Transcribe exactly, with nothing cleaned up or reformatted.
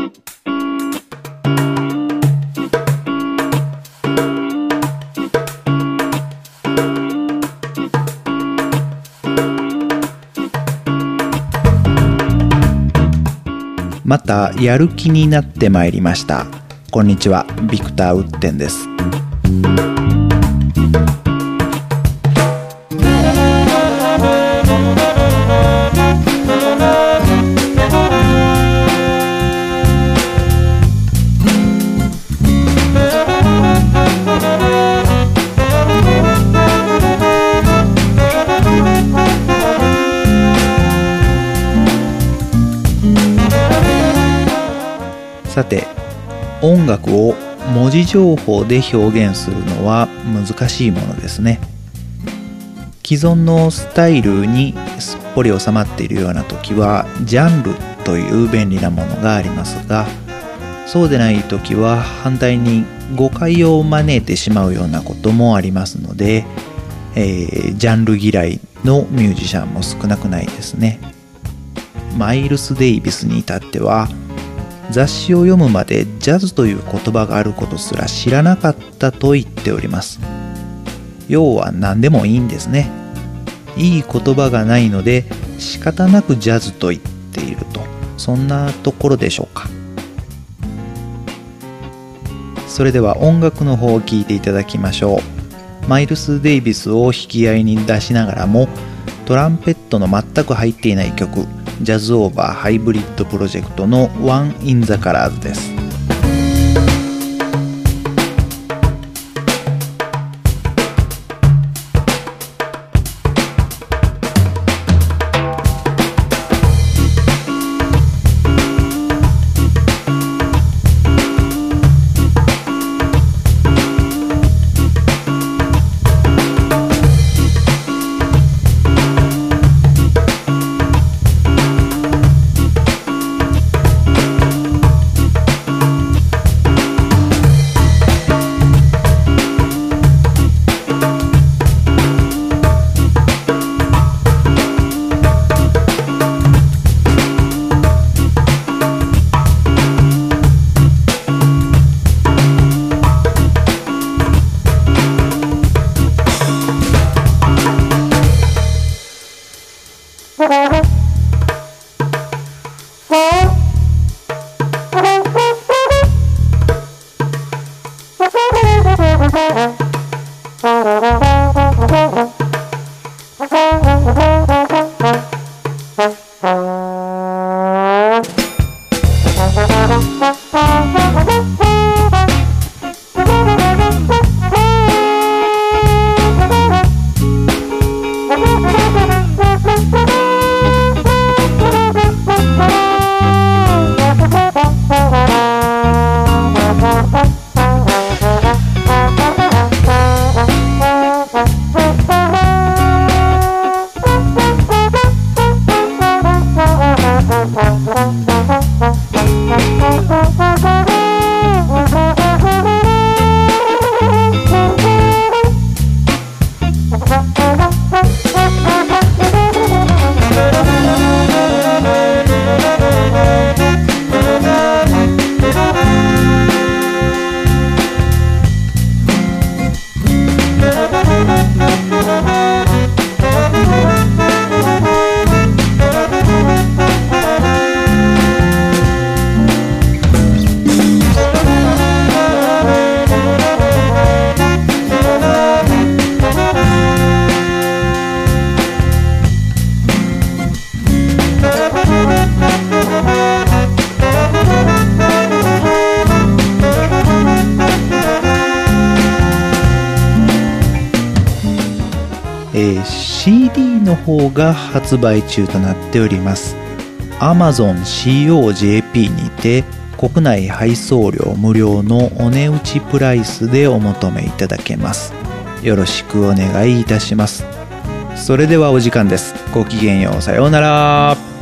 またやる気になってまいりました。こんにちは、ビクター・ウッテンです。さて、音楽を文字情報で表現するのは難しいものですね。既存のスタイルにすっぽり収まっているような時はジャンルという便利なものがありますが、そうでない時は反対に誤解を招いてしまうようなこともありますので、えー、ジャンル嫌いのミュージシャンも少なくないですね。マイルス・デイビスに至っては雑誌を読むまでジャズという言葉があることすら知らなかったと言っております。要は何でもいいんですね。いい言葉がないので仕方なくジャズと言っていると、そんなところでしょうか。それでは音楽の方を聴いていただきましょう。マイルス・デイビスを引き合いに出しながらもトランペットの全く入っていない曲、ジャズオーバーハイブリッドプロジェクトの One in the Colors です。えー、シーディー の方が発売中となっております。 Amazon シーオージェーピー にて国内配送料無料のお値打ちプライスでお求めいただけます。よろしくお願いいたします。それではお時間です。ごきげんよう。さようなら。